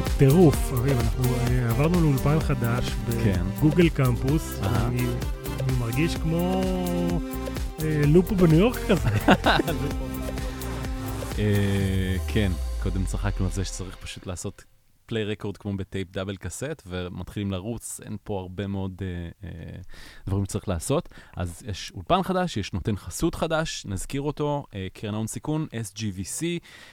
טירוף. אנחנו עברנו לאולפן חדש בגוגל קמפוס, אני מרגיש כמו לופו בניו יורק כזה. כן, קודם צחקנו על זה שצריך פשוט לעשות פליי רקורד כמו בטייפ דאבל קסט, ומתחילים לרוץ, אין פה הרבה מאוד דברים שצריך לעשות. אז יש אולפן חדש, יש נותן חסות חדש, נזכיר אותו, קרן הון סיכון, SGVC,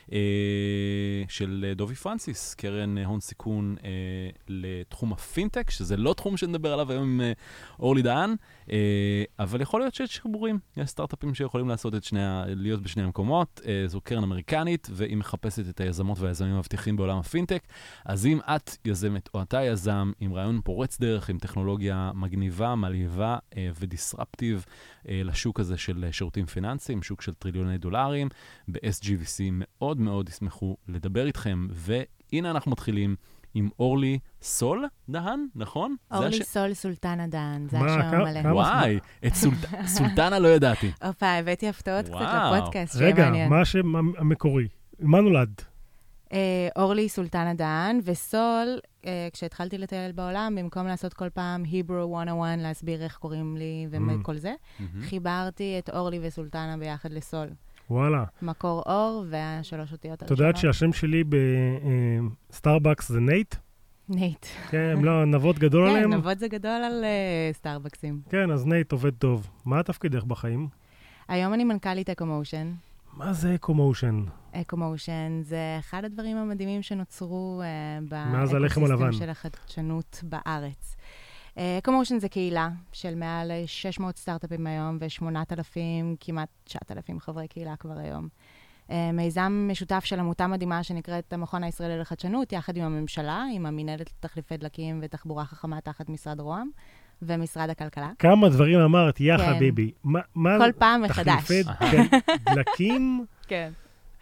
של דובי פרנסיס, קרן הון סיכון לתחום הפינטק, שזה לא תחום שנדבר עליו היום עם אורלי דהן, אבל יכול להיות שיש חיבורים, יש סטארט-אפים שיכולים לעשות להיות בשני המקומות, זו קרן אמריקנית, והיא מחפשת את היזמות והיזמים המבטיחים בעולם הפינטק. אז אם את יזמת או אתה יזם עם רעיון פורץ דרך, עם טכנולוגיה מגניבה, מלהיבה ודיסרפטיב לשוק הזה של שירותים פיננסיים, שוק של טריליוני דולרים, ב-SGVC מאוד מאוד ישמחו לדבר איתכם, והנה אנחנו מתחילים עם אורלי סול דהן, נכון? אורלי סול סולטנה דהן, זה השם המלא. וואי, את סולטנה לא ידעתי. אופה, הבאתי הפתעות קצת לפודקאסט, רגע, מה השם המקורי? מה נולד? אורלי סולטנה דהן, וסול, כשהתחלתי לטייל בעולם, במקום לעשות כל פעם Hebrew 101, להסביר איך קוראים לי וכל זה, חיברתי את אורלי וסולטנה ביחד לסול. וואלה. מקור אור והשלוש אותיות הראשונות. אתה יודעת שהשם שלי בסטארבקס זה נייט? נייט. כן, לא, נבות גדול עליהם? כן, נבות זה גדול על סטארבקסים. כן, אז נייט עובד טוב. מה התפקידך בחיים? היום אני מנכ"לית אקומושן. מה זה אקומושן? אקומושן זה אחד הדברים המדהימים שנוצרו באקוסיסטם של החדשנות בארץ. אקומושן זה קהילה של מעל 600 סטארט-אפים היום ו8,000, כמעט 9,000 חברי קהילה כבר היום. מיזם משותף של עמותה מדהימה שנקראת המכון הישראלי לחדשנות, יחד עם הממשלה, עם המנהלת לתחליפי דלקים ותחבורה חכמה תחת משרד רוה"מ ומשרד הכלכלה. כמה דברים אמרת, יא חביבי. כל פעם מחדש. תחליפי דלקים? כן.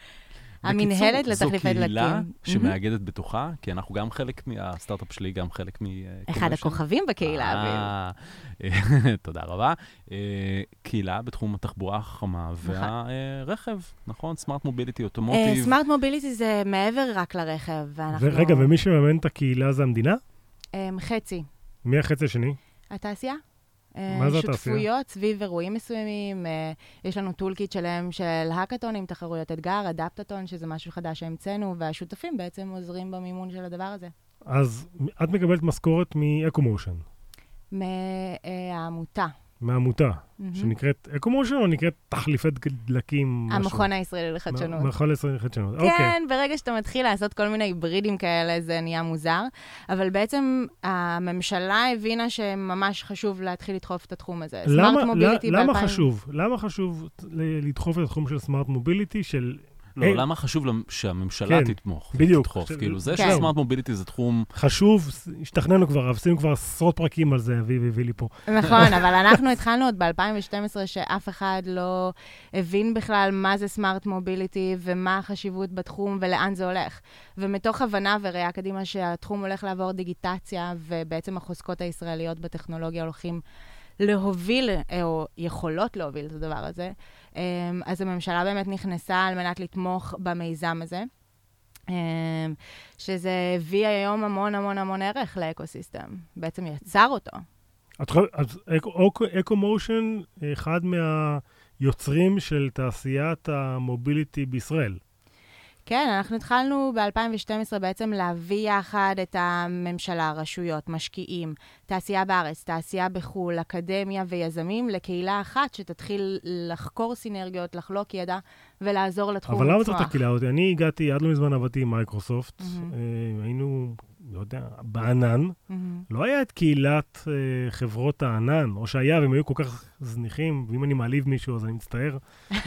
המנהלת לתחליפי דלקים. זו קהילה שמאגדת בתוכה, כי אנחנו גם חלק מהסטארט-אפ שלי, גם חלק אחד הכוכבים בקהילה. תודה רבה. קהילה בתחום התחבורה החכמה והרכב, נכון? סמארט מוביליטי, אוטומוטיב. סמארט מוביליטי זה מעבר רק לרכב. רגע, ומי שמממן את הקהילה זה המדינה? חצי. מי החצי השני? התעשייה. מה זה שותפויות סביב אירועים מסוימים. יש לנו טולקיט שלהם של האקתונים, תחרויות אתגר, אדפטטון, שזה משהו חדש שהמצאנו, והשותפים בעצם עוזרים במימון של הדבר הזה. אז את מקבלת משכורת מאקומושן? מהעמותה. מהעמותה, שנקראת אקומושן או נקראת תחליפי דלקים? המכון הישראלי לחדשנות. המכון הישראלי לחדשנות, כן, ברגע שאתה מתחיל לעשות כל מיני היברידים כאלה, זה נהיה מוזר, אבל בעצם הממשלה הבינה שממש חשוב להתחיל לדחוף את התחום הזה. למה חשוב לדחוף את התחום של סמארט מוביליטי של... לא, למה חשוב שהממשלה תתמוך? בדיוק. כאילו, זה שסמארט מוביליטי זה תחום... חשוב, השתכננו כבר, עשינו כבר עשרות פרקים על זה, הביא לי פה. נכון, אבל אנחנו התחלנו עוד ב-2012, שאף אחד לא הבין בכלל מה זה סמארט מוביליטי, ומה החשיבות בתחום, ולאן זה הולך. ומתוך הבנה וראייה קדימה שהתחום הולך לעבור דיגיטציה, ובעצם החוזקות הישראליות בטכנולוגיה הולכים להוביל, או יכולות להוביל את הדבר הזה. אז הממשלה באמת נכנסה על מנת לתמוך במיזם הזה, שזה הביא היום המון המון המון ערך לאקוסיסטם. בעצם יצר אותו. אז אקומושן, אחד מהיוצרים של תעשיית המוביליטי בישראל. כן, אנחנו התחלנו ב-2012 בעצם להביא יחד את הממשלה, רשויות, משקיעים, תעשייה בארץ, תעשייה בחול, אקדמיה ויזמים, לקהילה אחת שתתחיל לחקור סינרגיות, לחלוק ידע ולעזור לתחום לצמוח. אבל למה זאת הקהילה אותי? אני הגעתי, עד לא מזמן עבדתי עם מייקרוסופט, היינו, לא יודע, בענן, לא היה את קהילת חברות הענן, או שהיה, והם היו כל כך זניחים, ואם אני מעליב מישהו, אז אני מצטער.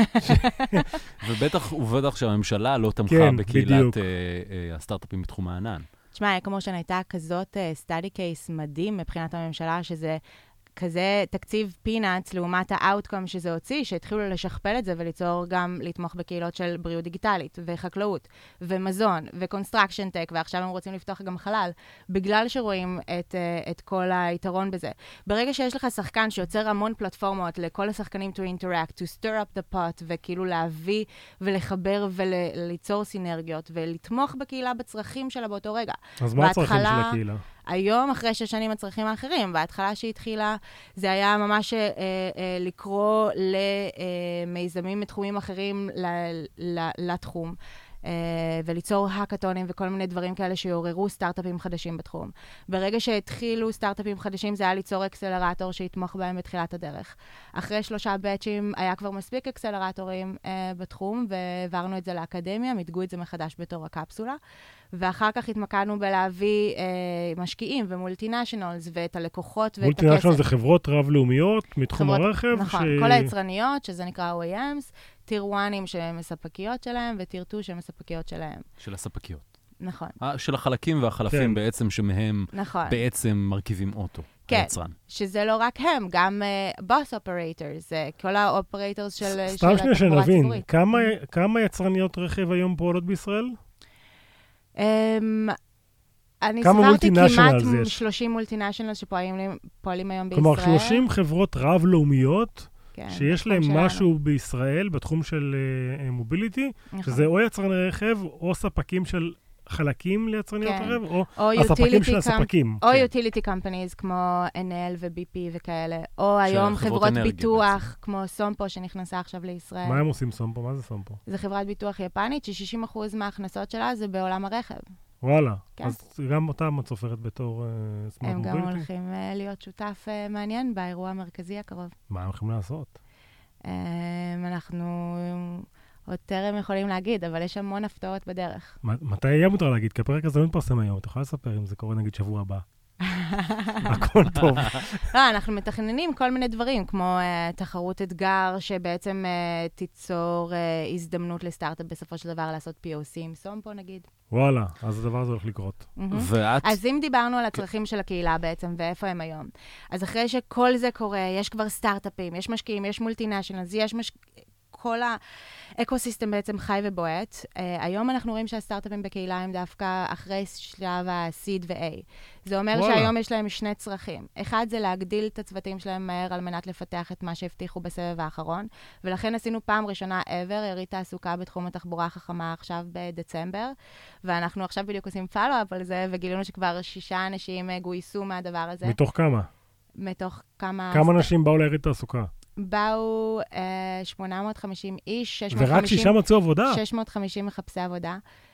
ובטח שהממשלה לא תמכה בקהילת הסטארט-אפים בתחום הענן. תשמע, כמו שהייתה כזאת סטאדי קייס מדהים מבחינת הממשלה, שזה כזה תקציב פינאץ לעומת האוטקום שזה הוציא, שהתחילו לשכפל את זה וליצור גם לתמוך בקהילות של בריאות דיגיטלית, וחקלאות, ומזון, וקונסטרקשן טק, ועכשיו הם רוצים לפתוח גם חלל, בגלל שרואים את כל היתרון בזה. ברגע שיש לך שחקן שיוצר המון פלטפורמות לכל השחקנים to interact, to stir up the pot, וכאילו להביא ולחבר וליצור סינרגיות, ולתמוך בקהילה בצרכים שלה באותו רגע. אז מה הצרכים של הקהילה? היום, אחרי 6 שנים, הצרכים האחרים, בהתחלה שהתחילה, זה היה ממש לקרוא למיזמים מתחומים אחרים לתחום, וליצור האקתונים וכל מיני דברים כאלה שיעוררו סטארט-אפים חדשים בתחום. ברגע שהתחילו סטארט-אפים חדשים, זה היה ליצור אקסלרטור שיתמוך בהם בתחילת הדרך. אחרי 3 באצ'ים, היה כבר מספיק אקסלרטורים בתחום, והעברנו את זה לאקדמיה, מתגו את זה מחדש בתור הקפסולה, ואחר כך התמקדנו בלהביא משקיעים ומולטינשיונלס ואת הלקוחות ואת הכסף. מולטינשיונלס זה חברות רב-לאומיות מתחום הרכב? נכון, כל היצרניות, שזה נקרא OEMs, טיר 1 שהן מספקיות שלהם, וטיר 2 שהן מספקיות שלהם. של הספקיות. נכון. של החלקים והחלפים בעצם, שמהם בעצם מרכיבים אוטו. כן, שזה לא רק הם, גם בוס אופרייטורס, כל האופרייטורס של סתם שנייה שנבין, כמה יצרניות רכב היום פועלות בישראל? אני סברתי כמעט 30 מולטינשיונלס שפועלים היום בישראל. כלומר, 30 חברות רב-לאומיות, שיש להם משהו בישראל, בתחום של מוביליטי, שזה או יצרני רכב, או ספקים של חלקים ליצרניות רכב, או הספקים של הספקים. או utility companies כמו NL ו-BP וכאלה, או היום חברות ביטוח, כמו סומפו שנכנסה עכשיו לישראל. מה הם עושים סומפו? מה זה סומפו? זה חברת ביטוח יפנית, ש60% מההכנסות שלה זה בעולם הרכב. וואלה, אז גם אותם את סופרת בתור סמארט מוביליטי? הם גם הולכים להיות שותף מעניין באירוע המרכזי הקרוב. מה הם הולכים לעשות? אנחנו עוד טרם יכולים להגיד, אבל יש המון הפתעות בדרך. מתי יהיה מותר להגיד? כי הפרק הזה לא מתפרסם היום. אתה יכול לספר אם זה קורה נגיד שבוע הבא. הכל טוב. לא, אנחנו מתכננים כל מיני דברים, כמו תחרות אתגר, שבעצם תיצור הזדמנות לסטארט-אפ בסופו של דבר לעשות POC עם סומפו נגיד. וואלה, אז הדבר הזה הולך לקרות. אז אם דיברנו על הצרכים של הקהילה בעצם, ואיפה הם היום, אז אחרי שכל זה קורה, יש כבר סטארט-אפים, יש משקיעים, יש מולטינשיונלס, יש כל האקוסיסטם בעצם חי ובועט. היום אנחנו רואים שהסטארט-אפים בקהילה הם דווקא אחרי שלב ה-seed ו-A. זה אומר שהיום יש להם 2 צרכים. אחד זה להגדיל את הצוותים שלהם מהר על מנת לפתח את מה שהבטיחו בסבב האחרון, ולכן עשינו פעם ראשונה ever, יריד תעסוקה בתחום התחבורה החכמה עכשיו בדצמבר, ואנחנו עכשיו בדיוק עושים פולו-אפ על זה, וגילינו שכבר 6 אנשים גויסו מהדבר הזה. מתוך כמה? מתוך כמה... כמה אנשים באו ליריד תעסוקה? באו 850 איש, 650... ורק 6 מצאו עבודה? 650 מחפשי עבודה.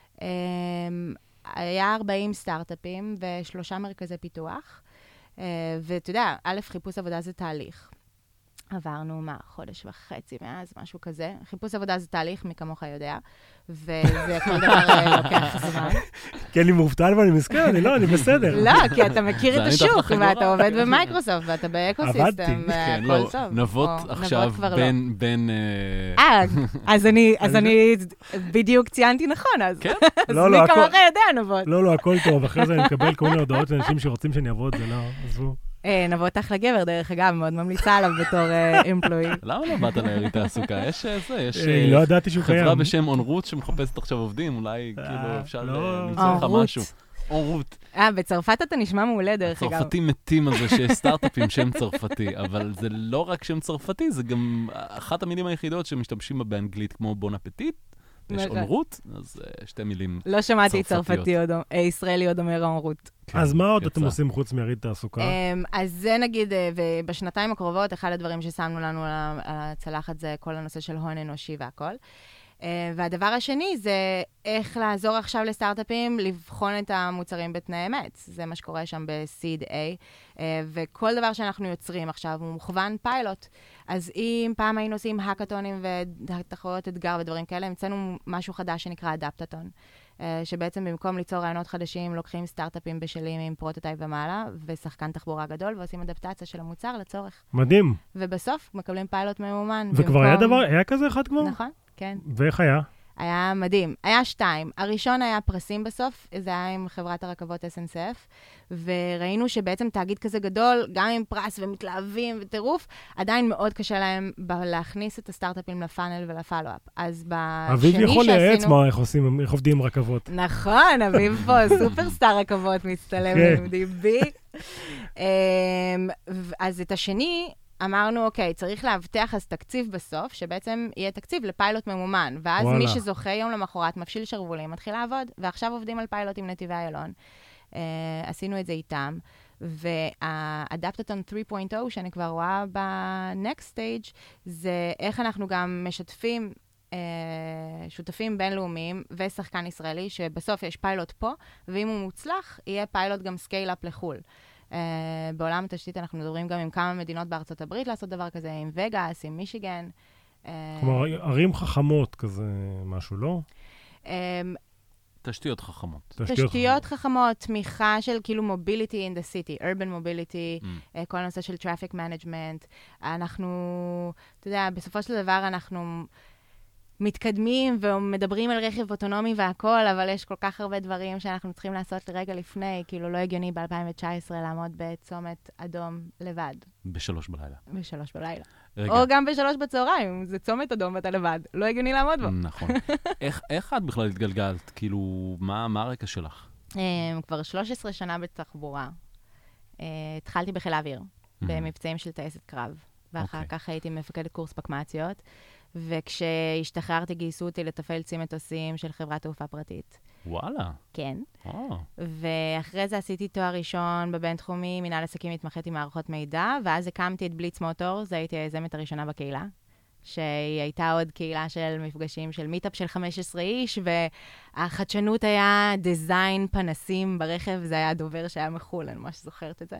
היה 40 סטארט-אפים ו3 מרכזי פיתוח. ואתה יודע, א', חיפוש עבודה זה תהליך. עברנו, חודש וחצי מאז, משהו כזה. חיפוש עבודה זה תהליך, מי כמוך יודע, וזה כל דבר לוקח זמן. כי אני מובטל ואני מסכן, אני בסדר. לא, כי אתה מכיר את השוק, ואתה עובד במייקרוסופט, ואתה באקוסיסטם, והכל טוב. נבות עכשיו בין... אז אני בדיוק ציינתי נכון, אז מי כמוך יודע, נבות. לא, הכל טוב, אחרי זה אני מקבל כל מיני הודעות לאנשים שרוצים שאני אעבוד, זה לא, עזבו. נבות אחלה גבר, דרך אגב, מאוד ממליצה עליו בתור אמפלואי. למה לא באת ליריד תעסוקה? יש לא ידעתי שהוא קיים. חברה בשם אונרות שמחפשת עכשיו עובדים, אולי כאילו אפשר למצוא לך משהו. אונרות. בצרפת אתה נשמע מעולה, דרך אגב. הצרפתים מתים על זה שיש סטארט-אפים שם צרפתי, אבל זה לא רק שם צרפתי, זה גם אחת המילים היחידות שמשתמשים בה באנגלית, כמו בון אפטיט. יש אונרות, אז 2 מילים צרפתיות. לא שמעתי ישראלי עוד אומר אונרות. אז מה עוד אתם עושים חוץ מיריד תעסוקה? אז זה נגיד, ובשנתיים הקרובות, אחד הדברים ששמנו לנו על הצלחת זה כל הנושא של הון אנושי והכל. והדבר השני זה איך לעזור עכשיו לסטארט-אפים לבחון את המוצרים בתנאי אמת. זה מה שקורה שם ב-Seed A. וכל דבר שאנחנו יוצרים עכשיו הוא מוכוון פיילוט. אז אם פעם היינו עושים האקתונים ותחרויות אתגר ודברים כאלה, המצאנו משהו חדש שנקרא אדפטטון. שבעצם במקום ליצור רעיונות חדשים, לוקחים סטארט-אפים בשלים עם פרוטוטייפ ומעלה, ושחקן תחבורה גדול, ועושים אדפטציה של המוצר לצורך. מדהים. ובסוף מקבלים פיילוט ממומן. וכבר היה דבר, היה כזה אחד כבר? נכון, כן. ואיך היה? היה מדהים. היה 2. הראשון היה פרסים בסוף, זה היה עם חברת הרכבות SNCF, וראינו שבעצם תאגיד כזה גדול, גם עם פרס ומתלהבים וטירוף, עדיין מאוד קשה להם להכניס את הסטארט-אפים לפאנל ולפלו-אפ. אז בשני אביב יכול שעשינו... לייעץ מה, איך עובדים עם רכבות. נכון, אביב פה, סופרסטאר רכבות מצטלם עם דיבי. אז את השני... אמרנו, אוקיי, צריך להבטיח אז תקציב בסוף, שבעצם יהיה תקציב לפיילוט ממומן, ואז מי שזוכה יום למחרת מפשיל שרבולים, מתחיל לעבוד, ועכשיו עובדים על פיילוט עם נתיבי איילון. עשינו את זה איתם, והאדפטטון 3.0, שאני כבר רואה ב-next stage, זה איך אנחנו גם משתפים שותפים בינלאומיים ושחקן ישראלי, שבסוף יש פיילוט פה, ואם הוא מוצלח, יהיה פיילוט גם סקייל-אפ לחול. בעולם התשתית אנחנו מדברים גם עם כמה מדינות בארצות הברית לעשות דבר כזה, עם וגאס, עם מישיגן. כלומר, ערים חכמות כזה משהו, לא? תשתיות חכמות. תשתיות חכמות, תמיכה של כאילו mobility in the city, urban mobility, כל הנושא של traffic management. אנחנו, אתה יודע, בסופו של דבר אנחנו מתקדמים ומדברים על רכב אוטונומי והכל, אבל יש כל כך הרבה דברים שאנחנו צריכים לעשות לרגע לפני, כאילו לא הגיוני ב-2019 לעמוד בצומת אדום לבד. ב-3 בלילה. ב-3 בלילה. רגע. או גם ב-3 בצהריים, זה צומת אדום ואתה לבד. לא הגיוני לעמוד בו. נכון. איך את בכלל התגלגלת? כאילו, מה הרקע שלך? כבר 13 שנה בתחבורה. התחלתי בחיל האוויר, במבצעים של טייסת קרב, ואחר כך הייתי מפקדת קורס פקמציות. וכשהשתחררתי גייסו אותי לתפעל צי מטוסים של חברת תעופה פרטית. וואלה. כן. ואחרי זה עשיתי תואר ראשון בבינתחומי, מנהל עסקים התמחיתי מערכות מידע, ואז הקמתי את בליץ מוטורס, הייתי היזמת הראשונה בקהילה, שהיא הייתה עוד קהילה של מפגשים של מיטאפ של 15 איש, והחדשנות היה דיזיין פנסים ברכב, זה היה דובר שהיה מחול, אני ממש זוכרת את זה.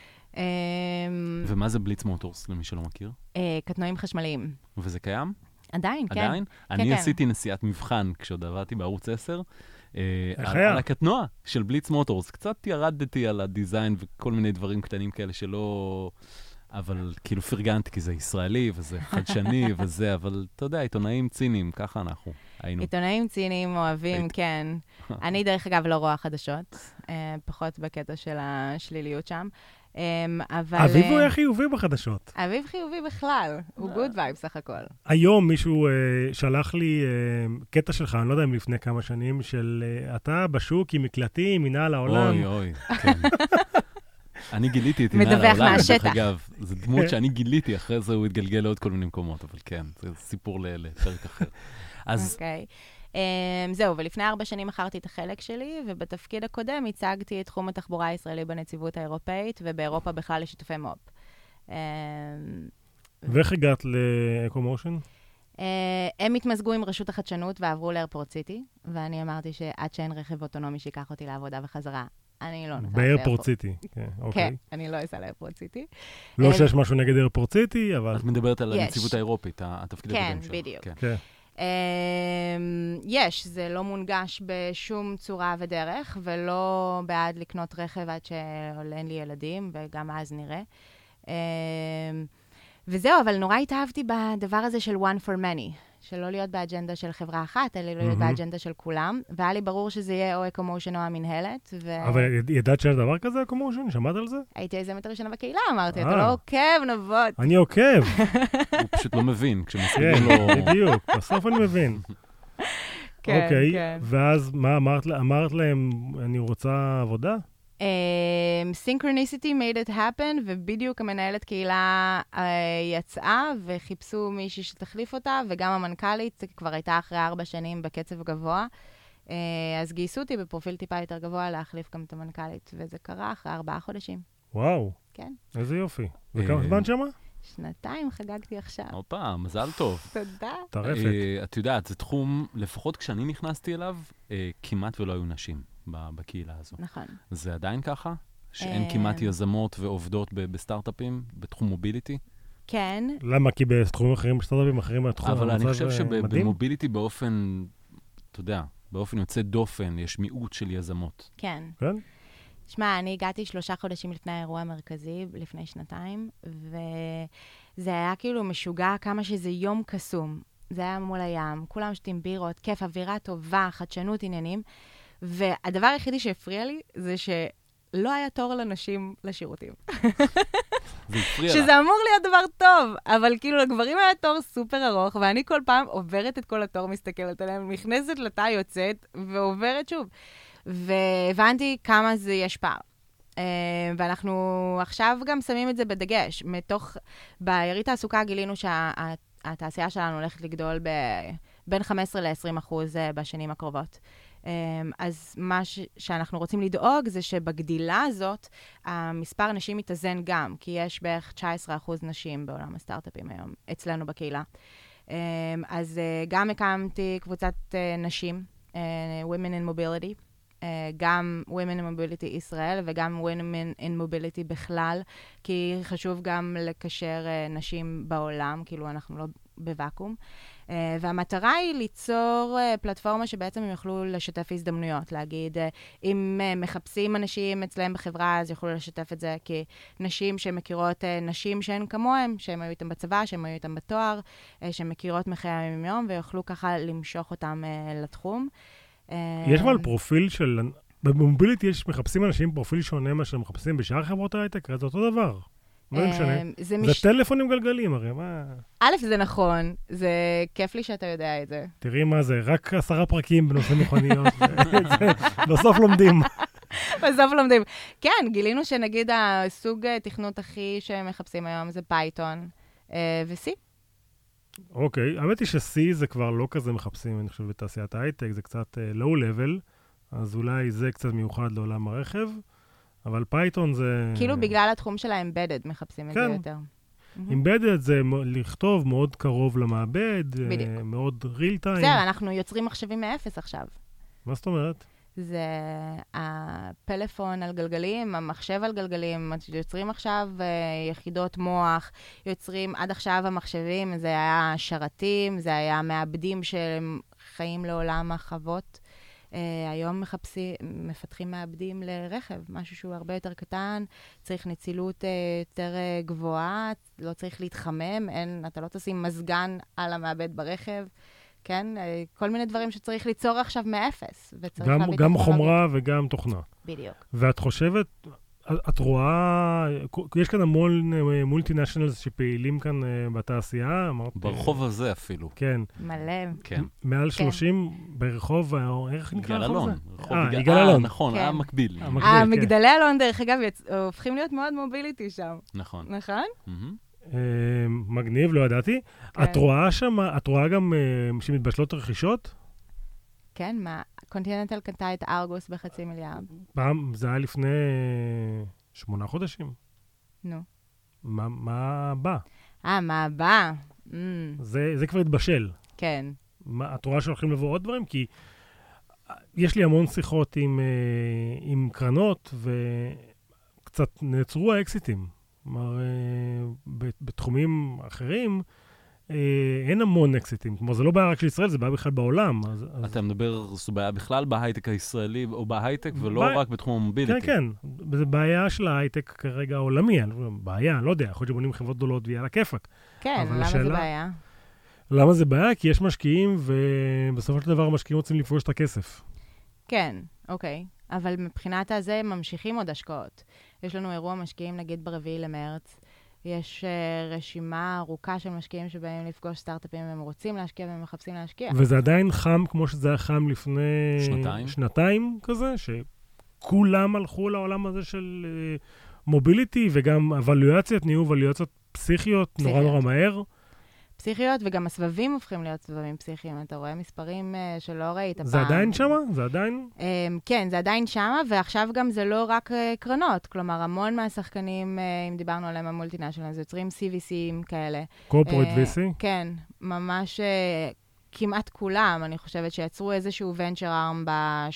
ומה זה בליץ מוטורס, למי שלא מכיר? קטנועים חשמליים. וזה קיים? עדיין, כן. עדיין? אני עשיתי נסיעת מבחן כשעוד עבדתי בערוץ 10, על הקטנוע של בליץ מוטורס. קצת ירדתי על הדיזיין וכל מיני דברים קטנים כאלה שלא... אבל כאילו פרגנתי, כי זה ישראלי וזה חדשני וזה, אבל אתה יודע, עיתונאים ציניים, ככה אנחנו היינו. עיתונאים ציניים אוהבים, כן. אני דרך אגב לא רואה חדשות, פחות בקטע של השליליות שם. אבל... אביב הוא היה חיובי בחדשות. אביב חיובי בכלל, הוא גוד וייב סך הכל. היום מישהו שלח לי קטע שלך, אני לא יודע אם לפני כמה שנים, של אתה בשוק עם מקלטים, מנהל העולם. אוי, כן. אני גיליתי את מנהל העולם, דרך אגב. זו דמות שאני גיליתי, אחרי זה הוא התגלגל לעוד כל מיני מקומות, אבל כן, זה סיפור לפרק אחר. אוקיי. זהו, ולפני 4 שנים מכרתי את החלק שלי, ובתפקיד הקודם הצגתי את תחום התחבורה הישראלי בנציבות האירופאית, ובאירופה בכלל לשיתופי מו"פ. ואיך הגעת לאקומושן? הם התמזגו עם רשות החדשנות ועברו לאיירפורט סיטי, ואני אמרתי שעד שאין רכב אוטונומי שיקח אותי לעבודה וחזרה, אני לא נוסעת לאיירפורט. באיירפורט סיטי, כן, אוקיי. כן, אני לא אסע לאיירפורט סיטי. לא שיש משהו נגד איירפורט סיטי, אבל... את מדברת על הנציבות האירופית, התפקיד הקודם שלך. כן, בדיוק. כן. יש, זה לא מונגש בשום צורה ודרך, ולא בעד לקנות רכב עד שאין לי ילדים, וגם אז נראה. וזהו, אבל נורא התאהבתי בדבר הזה של one for many, שלא להיות באג'נדה של חברה אחת, אלא להיות באג'נדה של כולם, והיה לי ברור שזה יהיה או אקומושן או המנהלת. אבל ידעת שיש דבר כזה אקומושן? שמעת על זה? הייתי היזמת הראשונה בקהילה, אמרתי, אתה לא עוקב, נבות. אני עוקב. הוא פשוט לא מבין, כשמסבירים לו... כן, בדיוק, בסוף אני מבין. אוקיי, ואז מה אמרת להם, אני רוצה עבודה? Synchronicity made it happen, ובדיוק המנהלת קהילה יצאה, וחיפשו מישהי שתחליף אותה, וגם המנכ"לית כבר הייתה אחרי 4 שנים בקצב גבוה, אז גייסו אותי בפרופיל טיפה יותר גבוה להחליף גם את המנכ"לית, וזה קרה אחרי 4 חודשים. וואו. כן. איזה יופי. וכמה זמן שמה? 2 חגגתי עכשיו. הופה, מזל טוב. תודה. טרפת. את יודעת, זה תחום, לפחות כשאני נכנסתי אליו, כמעט ולא היו נשים בקהילה הזו. נכון. זה עדיין ככה? שאין כמעט יזמות ועובדות בסטארט-אפים, בתחום מוביליטי? כן. למה? כי בתחומים אחרים, בסטארט-אפים אחרים, התחום אבל אני חושב שבמוביליטי באופן, אתה יודע, באופן יוצא דופן, יש מיעוט של יזמות. כן. כן? שמע, אני הגעתי 3 חודשים לפני האירוע המרכזי, לפני 2, וזה היה כאילו משוגע כמה שזה יום קסום. זה היה מול הים, כולם שתים בירות, כיף, אווירה טובה, חדשנות, עניינים. והדבר היחידי שהפריע לי זה שלא היה תור לנשים לשירותים. זה הפריע לה. שזה אמור להיות דבר טוב, אבל כאילו לגברים היה תור סופר ארוך, ואני כל פעם עוברת את כל התור, מסתכלת עליהם, נכנסת לתא, יוצאת, ועוברת שוב. והבנתי כמה זה יש פער. ואנחנו עכשיו גם שמים את זה בדגש. ביריד תעסוקה גילינו שהתעשייה שלנו הולכת לגדול בין 15 ל-20% בשנים הקרובות. אז מה שאנחנו רוצים לדאוג זה שבגדילה הזאת, המספר נשים מתאזן גם, כי יש בערך 19% נשים בעולם הסטארט-אפים היום, אצלנו בקהילה. אז גם הקמתי קבוצת נשים, Women in Mobility, גם Women in Mobility ישראל וגם Women in Mobility בכלל, כי חשוב גם לקשר נשים בעולם, כאילו אנחנו לא בוואקום. והמטרה היא ליצור פלטפורמה שבעצם הם יוכלו לשתף הזדמנויות, להגיד, אם מחפשים אנשים אצלם בחברה, אז יוכלו לשתף את זה, כי נשים שמכירות נשים שהן כמוהם, שהן היו איתם בצבא, שהן היו איתם בתואר, שהן מכירות מחיי היום, ויוכלו ככה למשוך אותם לתחום. יש אבל פרופיל של... במוביליטי יש מחפשים אנשים פרופיל שונה מה שהם מחפשים בשאר חברות ההייטק, זה אותו דבר. לא משנה. זה טלפונים גלגלים, הרי מה... א', זה נכון, זה כיף לי שאתה יודע את זה. תראי מה זה, רק 10 פרקים בנושא מכוניות, בסוף לומדים. בסוף לומדים. כן, גילינו שנגיד הסוג תכנות הכי שמחפשים היום זה פייתון ו-C. אוקיי, האמת היא ש-C זה כבר לא כזה מחפשים, אני חושב, בתעשיית ההייטק, זה קצת low-level, אז אולי זה קצת מיוחד לעולם הרכב, אבל פייתון זה... כאילו בגלל התחום של ה-embedded מחפשים את זה יותר. embedded זה לכתוב מאוד קרוב למעבד, מאוד real time. זהו, אנחנו יוצרים מחשבים מאפס עכשיו. מה זאת אומרת? זה הפלאפון על גלגלים, המחשב על גלגלים, יוצרים עכשיו יחידות מוח, יוצרים עד עכשיו המחשבים, זה היה שרתים, זה היה מעבדים שחיים לעולם החוות. היום מפתחים מעבדים לרכב, משהו שהוא הרבה יותר קטן, צריך נצילות יותר גבוהה, לא צריך להתחמם, אתה לא תשים מזגן על המעבד ברכב. כן, כל מיני דברים שצריך ליצור עכשיו מאפס. גם חומרה וגם תוכנה. בדיוק. ואת חושבת, את רואה, יש כאן המון מולטינשיונלס שפעילים כאן בתעשייה. ברחוב הזה אפילו. כן. מלא. כן. מעל 30 ברחוב, איך נקרא הרחוב הזה? יגאל אלון. נכון, היה מקביל. המגדלי אלון, דרך אגב, הופכים להיות מאוד מוביליטי שם. נכון. נכון? מגניב, לא ידעתי. את רואה שם, את רואה גם שמתבשלות רכישות? כן, מה? קונטיננטל קנתה את ארגוס ב500 מיליארד. פעם, זה היה לפני 8 חודשים. נו. מה הבא? מה הבא? זה כבר התבשל. כן. את רואה שהולכים לבוא עוד דברים? כי יש לי המון שיחות עם קרנות, וקצת נעצרו האקסיטים. כלומר, בתחומים אחרים, אין המון אקסיטים. כלומר, זה לא בעיה רק של ישראל, זה בעיה בכלל בעולם. אתה מדבר, זו בעיה בכלל בהייטק הישראלי, או בהייטק, ולא רק בתחום המוביליטי. כן, כן. זו בעיה של ההייטק כרגע העולמי. בעיה, לא יודע, יכול להיות שבונים חברות גדולות ויהיה לה כיפק. כן, למה זה בעיה? למה זה בעיה? כי יש משקיעים, ובסופו של דבר המשקיעים רוצים לפרוש את הכסף. כן, אוקיי. אבל מבחינת הזה ממשיכים עוד השקעות. יש לנו אירוע משקיעים, נגיד ב4 למרץ. יש רשימה ארוכה של משקיעים שבאים לפגוש סטארט-אפים, הם רוצים להשקיע והם מחפשים להשקיע. וזה עדיין חם כמו שזה היה חם לפני... שנתיים כזה, שכולם הלכו לעולם הזה של מוביליטי, וגם אבלואציות, נהיו אבלואציות פסיכיות נורא נורא מהר. פסיכיות, וגם הסבבים הופכים להיות סבבים פסיכיים. אתה רואה מספרים שלא ראית פעם. זה עדיין שמה? זה עדיין? כן, זה עדיין שמה, ועכשיו גם זה לא רק קרנות. כלומר, המון מהשחקנים, אם דיברנו עליהם המולטינשיונל, זה יוצרים CVCים כאלה. קורפורט VC? כן, ממש כמעט כולם. אני חושבת שיצרו איזשהו venture arm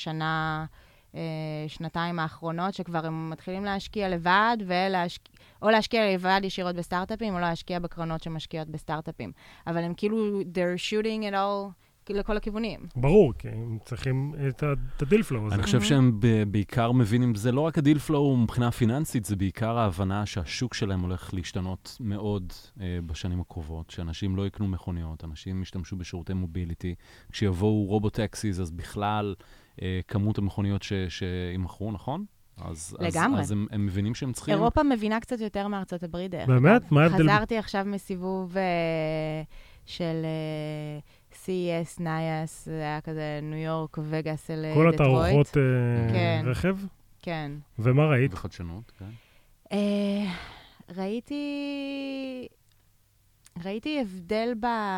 שנתיים האחרונות, שכבר הם מתחילים להשקיע לבד, או להשקיע לבד ישירות בסטארט-אפים, או להשקיע בקרנות שמשקיעות בסטארט-אפים. אבל הם כאילו, they're shooting it all לכל הכיוונים. ברור, כי הם צריכים את הדיל פלואו הזה. אני חושב שהם בעיקר מבינים, זה לא רק הדיל פלואו מבחינה פיננסית, זה בעיקר ההבנה שהשוק שלהם הולך להשתנות מאוד בשנים הקרובות, שאנשים לא יקנו מכוניות, אנשים ישתמשו בשירותי מוביליטי, כשיבואו רובוטקסיז, אז בכלל כמות המכוניות שימכרו, נכון? לגמרי. אז הם מבינים שהם צריכים... אירופה מבינה קצת יותר מארצות הברית. באמת? מה ההבדל? חזרתי עכשיו מסיבוב של CES, נייאס, זה היה כזה ניו יורק, וגאס אל דטרויט. כל התערוכות רכב? כן. ומה ראית? וחדשנות, כן. ראיתי הבדל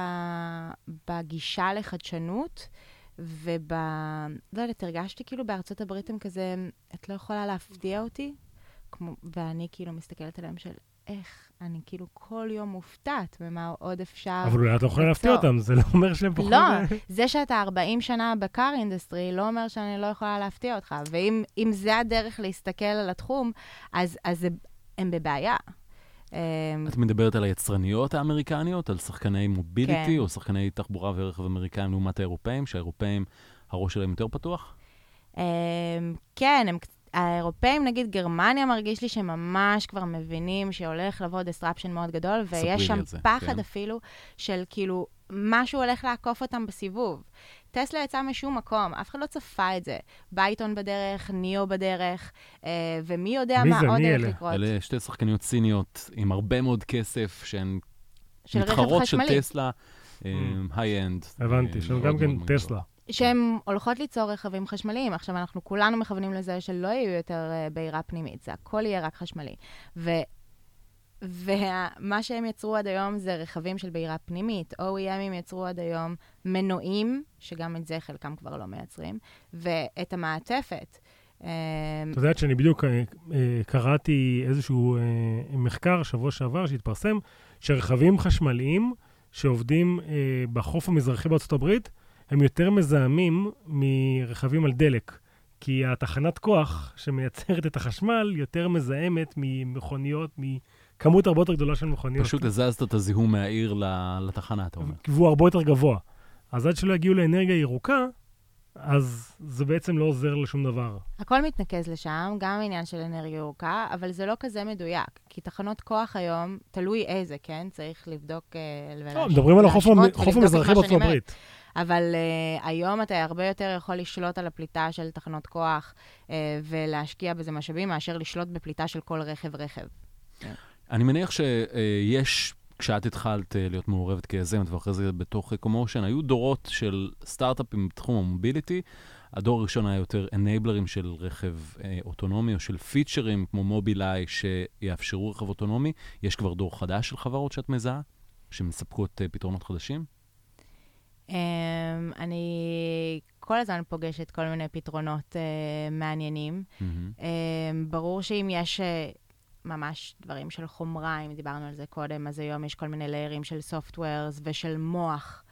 בגישה לחדשנות, לא יודעת, הרגשתי כאילו בארצות הברית הם כזה, את לא יכולה להפתיע אותי, ואני כאילו מסתכלת עליהם של איך אני כאילו כל יום מופתעת ממה עוד אפשר. אבל אולי את לא יכולה להפתיע אותם, זה לא אומר שהם פחות... לא, זה שאתה 40 שנה בקאר אינדסטרי, לא אומר שאני לא יכולה להפתיע אותך. ואם זה הדרך להסתכל על התחום, אז הם בבעיה. את מדברת על היצרניות האמריקניות, על שחקני מוביליטי, או שחקני תחבורה ורכב אמריקאים לעומת האירופאים, שהאירופאים, הראש שלהם יותר פתוח? כן, האירופאים, נגיד גרמניה, מרגיש לי שממש כבר מבינים שהולך לבוא disruption מאוד גדול, ויש שם פחד אפילו של כאילו משהו הולך לעקוף אותם בסיבוב. טסלה יצא משום מקום, אף אחד לא צפה את זה. בייטון בדרך, ניאו בדרך, ומי יודע מה עוד הולך לקרות. אלה שתי שחקניות סיניות עם הרבה מאוד כסף, שהן מתחרות של טסלה, היי-אנד. הבנתי, שם גם כן טסלה. שהן הולכות ליצור רכבים חשמליים. עכשיו, אנחנו כולנו מכוונים לזה שלא יהיו יותר בעירה פנימית, זה הכל יהיה רק חשמלי. ומה שהם יצרו עד היום זה רכבים של בעירה פנימית. OEMים יצרו עד היום מנועים, שגם את זה חלקם כבר לא מייצרים, ואת המעטפת. אתה יודעת שאני בדיוק קראתי איזשהו מחקר שבוע שעבר שהתפרסם, שרכבים חשמליים שעובדים בחוף המזרחי בארצות הברית, הם יותר מזהמים מרכבים על דלק. כי התחנת כוח שמייצרת את החשמל יותר מזהמת ממכוניות, מכמות הרבה יותר גדולה של מכוניות. פשוט הזזת את הזיהום מהעיר לתחנה, אתה אומר. והוא הרבה יותר גבוה. אז עד שלא יגיעו לאנרגיה ירוקה, אז זה בעצם לא עוזר לשום דבר. הכל מתנקז לשם, גם העניין של אנרגיה ירוקה, אבל זה לא כזה מדויק. כי תחנות כוח היום, תלוי איזה, כן? צריך לבדוק מדברים על החוף המזרחי בארצות הברית. אבל היום אתה הרבה יותר יכול לשלוט על הפליטה של תחנות כוח ולהשקיע בזה משאבים, מאשר לשלוט בפליטה של כל רכב. אני מניח שיש, כשאת התחלת להיות מעורבת כיזמת, ואחרי זה בתוך קומושן, היו דורות של סטארט-אפים בתחום המוביליטי. הדור הראשון היה יותר אנייבלרים של רכב אוטונומי, או של פיצ'רים כמו מובילאיי, שיאפשרו רכב אוטונומי. יש כבר דור חדש של חברות שאת מזהה, שמספקות פתרונות חדשים? אני כל הזמן פוגשת כל מיני פתרונות מעניינים. ברור שאם יש ממש דברים של חומרה, אם דיברנו על זה קודם, אז היום יש כל מיני ליירים של סופטוורס ושל מוח.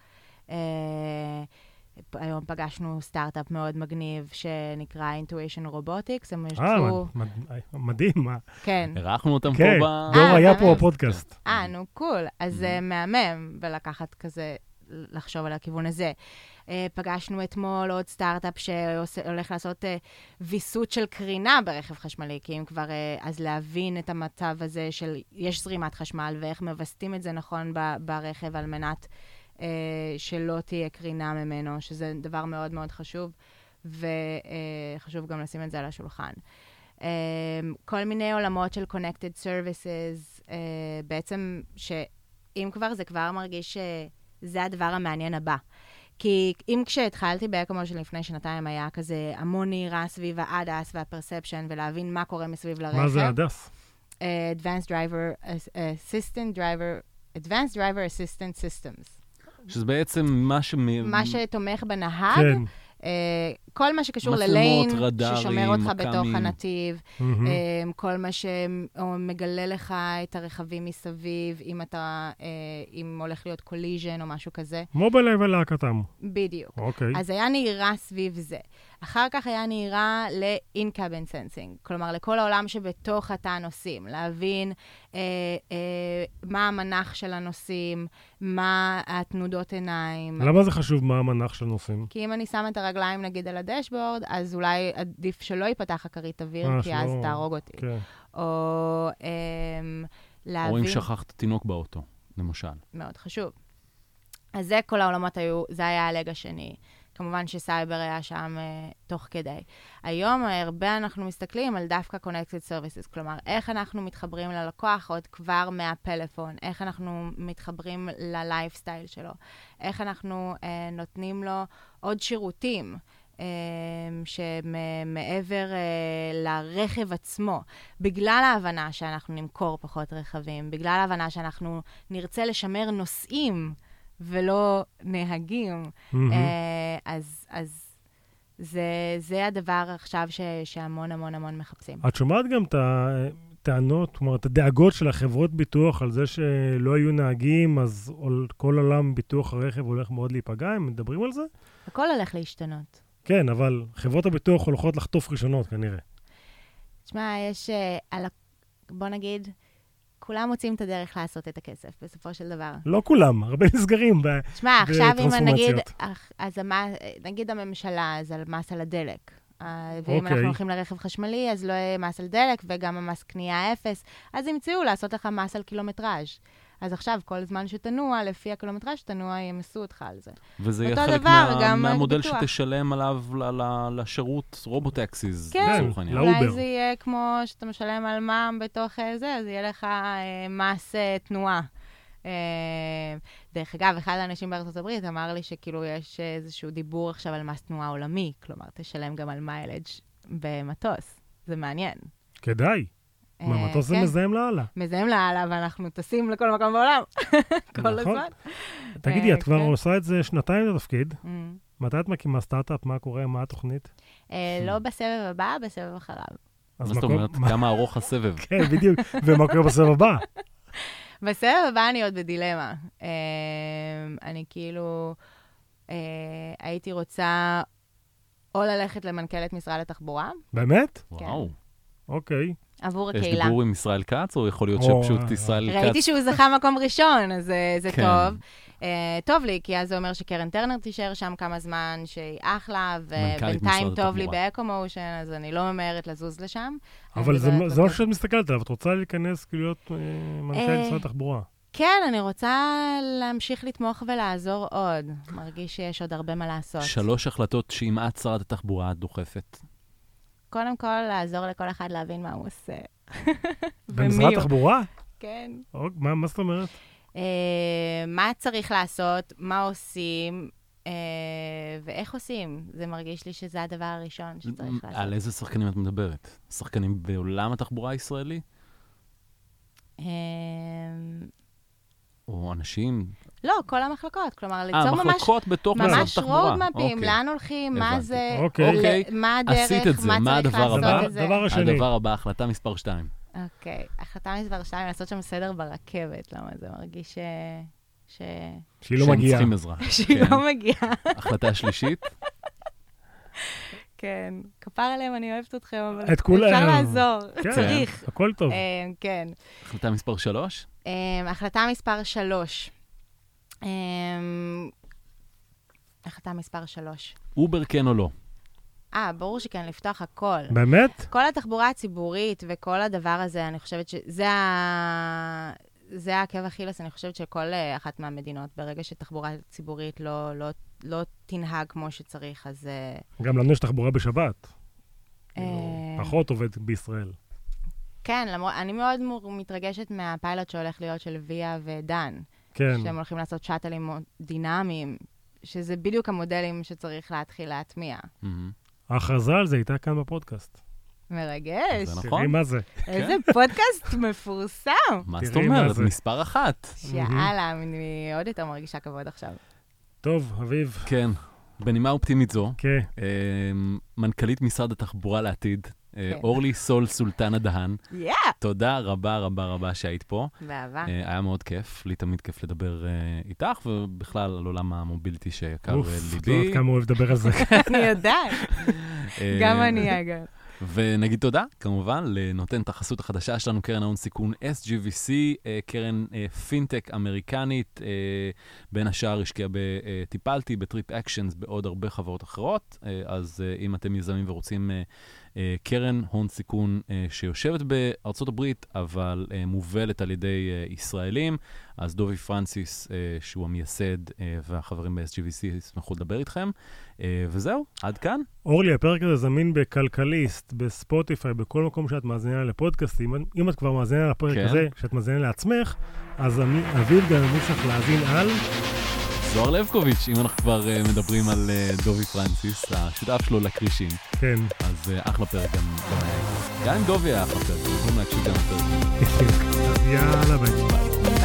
היום פגשנו סטארט-אפ מאוד מגניב שנקרא Intuition Robotics. מדהים, מה? כן. ערכנו אותם פה כן, דור היה פה בפודקאסט. נו, קול. אז זה מהמם ולקחת כזה... לחשוב על הכיוון הזה. פגשנו אתמול עוד סטארט-אפ שהולך לעשות ויסות של קרינה ברכב חשמלי, כי אם כבר, אז להבין את המצב הזה של יש זרימת חשמל, ואיך מבסטים את זה נכון ברכב על מנת שלא תהיה קרינה ממנו, שזה דבר מאוד מאוד חשוב, וחשוב גם לשים את זה על השולחן. כל מיני עולמות של Connected Services, בעצם שאם כבר זה כבר מרגיש זה הדבר המעניין הבא. כי אם כשהתחלתי באקומול של לפני שנתיים היה כזה המון נהירה סביב ה-ADAS וה-Perception, ולהבין מה קורה מסביב לרכב. מה זה ADAS? Advanced Driver Assistant Systems. שזה בעצם מה שתומך בנהג. כן. כל מה שקשור לליין, ששומר אותך בתוך הנתיב, כל מה שמגלה לך את הרכבים מסביב, אם הולך להיות קוליז'ן או משהו כזה. מובילאיי ולהקתם. בדיוק. אוקיי. אז היה נהירה סביב זה. אחר כך היה נהירה ל-in-cabin sensing, כלומר, לכל העולם שבתוך התא הנוסעים, להבין מה המנח של הנוסעים, מה התנודות עיניים. למה זה חשוב מה המנח של הנוסעים? כי אם אני שמה את הרגליים, נגיד, על הדשבורד, אז אולי עדיף שלא ייפתח הכרית אוויר, כי אז תהרוג אותי. כן. או להבין... או אם שכחת תינוק באוטו, למשל. מאוד חשוב. אז זה כל העולמות היו, זה היה הלג השני. כמובן שסייבר היה שם תוך כדי. היום הרבה אנחנו מסתכלים על דווקא Connected Services, כלומר, איך אנחנו מתחברים ללקוח עוד כבר מהפלאפון, איך אנחנו מתחברים ללייפסטייל שלו, איך אנחנו נותנים לו עוד שירותים, שמעבר לרכב עצמו, בגלל ההבנה שאנחנו נמכור פחות רכבים, בגלל ההבנה שאנחנו נרצה לשמר נוסעים ולא נהגים, אז זה הדבר עכשיו שהמון המון המון מחפשים. את שומעת גם את הטענות, כלומר, את הדאגות של החברות ביטוח על זה שלא היו נהגים, אז כל עולם ביטוח הרכב הולך מאוד להיפגע, הם מדברים על זה? הכל הולך להשתנות. כן, אבל חברות הביטוח הולכות לחטוף ראשונות, כנראה. תשמע, יש, בוא נגיד, כולם מוצאים את הדרך לעשות את הכסף, בסופו של דבר. לא כולם, הרבה נסגרים בטרנספורמציות. תשמע, עכשיו אם נגיד הממשלה, אז על מס על הדלק. ואם אנחנו הולכים לרכב חשמלי, אז לא יהיה מס על דלק, וגם המס קנייה אפס. אז ימצאו לעשות לך מס על קילומטראז'. אז עכשיו, כל זמן שתנוע, לפי הקילומטראז' שתנוע, ימסו אותך על זה. וזה יהיה חלק מהמודל שתשלם עליו לשירות רובוטקסיס. כן, אולי זה יהיה כמו שאתה משלם על מע"מ בתוך זה, אז יהיה לך מס תנועה. דרך אגב, אחד האנשים בארצות הברית אמר לי שכאילו יש איזשהו דיבור עכשיו על מס תנועה עולמי, כלומר, תשלם גם על מיילג' במטוס. זה מעניין. כדאי. במטוס זה מזהם לעלה. מזהם לעלה, ואנחנו טסים לכל מקום בעולם. כל הזמן. תגידי, את כבר עושה את זה שנתיים לתפקיד. מתי את מקימה סטארט-אפ? מה קורה? מה התוכנית? לא בסבב הבא, בסבב אחריו. מה זאת אומרת? כמה ארוך הסבב? כן, בדיוק. ומה קורה בסבב הבא? בסבב הבא אני עוד בדילמה. אני כאילו הייתי רוצה או ללכת למנכ"לית משרד התחבורה. באמת? וואו. אוקיי. עבור הקהילה. יש דיבור עם ישראל כץ, או יכול להיות שפשוט ישראל כץ? ראיתי שהוא זכה מקום ראשון, אז זה טוב. טוב לי, כי אז זה אומר שקרן טרנר תישאר שם כמה זמן, שהיא אחלה, ובינתיים טוב לי באקומושן, אז אני לא ממהרת לזוז לשם. אבל זה לא שאת מסתכלת עליו, את רוצה להיכנס כאילו להיות מנכ"ל משרד התחבורה. כן, אני רוצה להמשיך לתמוך ולעזור עוד. מרגיש שיש עוד הרבה מה לעשות. 3 החלטות שאם את שרת התחבורה, את דוחפת. קודם כל, לעזור לכל אחד להבין מה הוא עושה. במשרד התחבורה? כן. מה זאת אומרת? מה צריך לעשות, מה עושים, ואיך עושים. זה מרגיש לי שזה הדבר הראשון שצריך לעשות. על איזה שחקנים את מדברת? שחקנים בעולם התחבורה הישראלי? או אנשים? לא, כל המחלקות. כלומר, ליצור מחלקות בתוך משרד התחבורה. ממש רודמפים, לאן הולכים, מה זה, מה הדרך, עשית את זה, מה צריך לעשות את זה. הדבר הבא, החלטה מספר 2. אוקיי, החלטה מספר 2, לעשות שם סדר ברכבת, למה זה מרגיש שהיא לא מגיעה. שהם צריכים עזרה. שהיא לא מגיעה. החלטה שלישית? כן, כפר עליהם, אני אוהבת אתכם, אבל אפשר לעזור, צריך. הכל טוב. כן. החלטה מספר 3? החלטה מספר 3. החלטה מספר 3. אובר כן או לא? ברור שכן, לפתוח הכל. באמת? כל התחבורה הציבורית וכל הדבר הזה, אני חושבת שזה העקב אכילס, אני חושבת שכל אחת מהמדינות, ברגע שתחבורה ציבורית לא תנהג כמו שצריך, אז... גם לנו יש תחבורה בשבת. פחות עובד בישראל. כן, אני מאוד מתרגשת מהפיילוט שהולך להיות של ויה ודן. כן. שהם הולכים לעשות שאטלים דינמיים, שזה בדיוק המודלים שצריך להתחיל להטמיע. ההכרזה על זה הייתה כאן בפודקאסט. מרגש. זה נכון. תראי מה זה. איזה פודקאסט מפורסם. מה זאת אומרת? מספר 1. יאללה, אני עוד יותר מרגישה כבוד עכשיו. טוב, אביב. כן. בנימה אופטימית זו, כן. מנכ"לית משרד התחבורה לעתיד, אורלי סול סולטנה דהן. יא! תודה רבה רבה רבה שהיית פה. באהבה. היה מאוד כיף, לי תמיד כיף לדבר איתך, ובכלל על עולם המוביליטי שיקר ליבי. את לא יודעת כמה אוהב לדבר על זה. אני יודעת. גם אני, אגב. ונגיד תודה, כמובן, לנותן את החסות החדשה שלנו, קרן ההון סיכון SGVC, קרן פינטק אמריקנית, בין השאר השקיע בטיפלתי, בטריפ אקשנס, בעוד הרבה חברות אחרות, אז אם אתם יזמים ורוצים קרן הון סיכון שיושבת בארצות הברית, אבל מובלת על ידי ישראלים, אז דובי פרנסיס, שהוא המייסד והחברים ב-SGVC, ישמחו לדבר איתכם. וזהו, עד כאן. אורלי, הפרק הזה זמין בכלכליסט, בספוטיפיי, בכל מקום שאת מאזינה לפודקאסטים. אם את כבר מאזינה לפרק הזה, שאת מאזינה לעצמך, אז אני אביב גם ממושך להאזין על... זוהר לבקוביץ', אם אנחנו כבר מדברים על דובי פרנסיס, השותף שלו לקרישים. כן. אז אחלה פרק גם עם דובי היה אחלה פרק, יכולים להקשיב גם לפרק. אז יאללה ביי.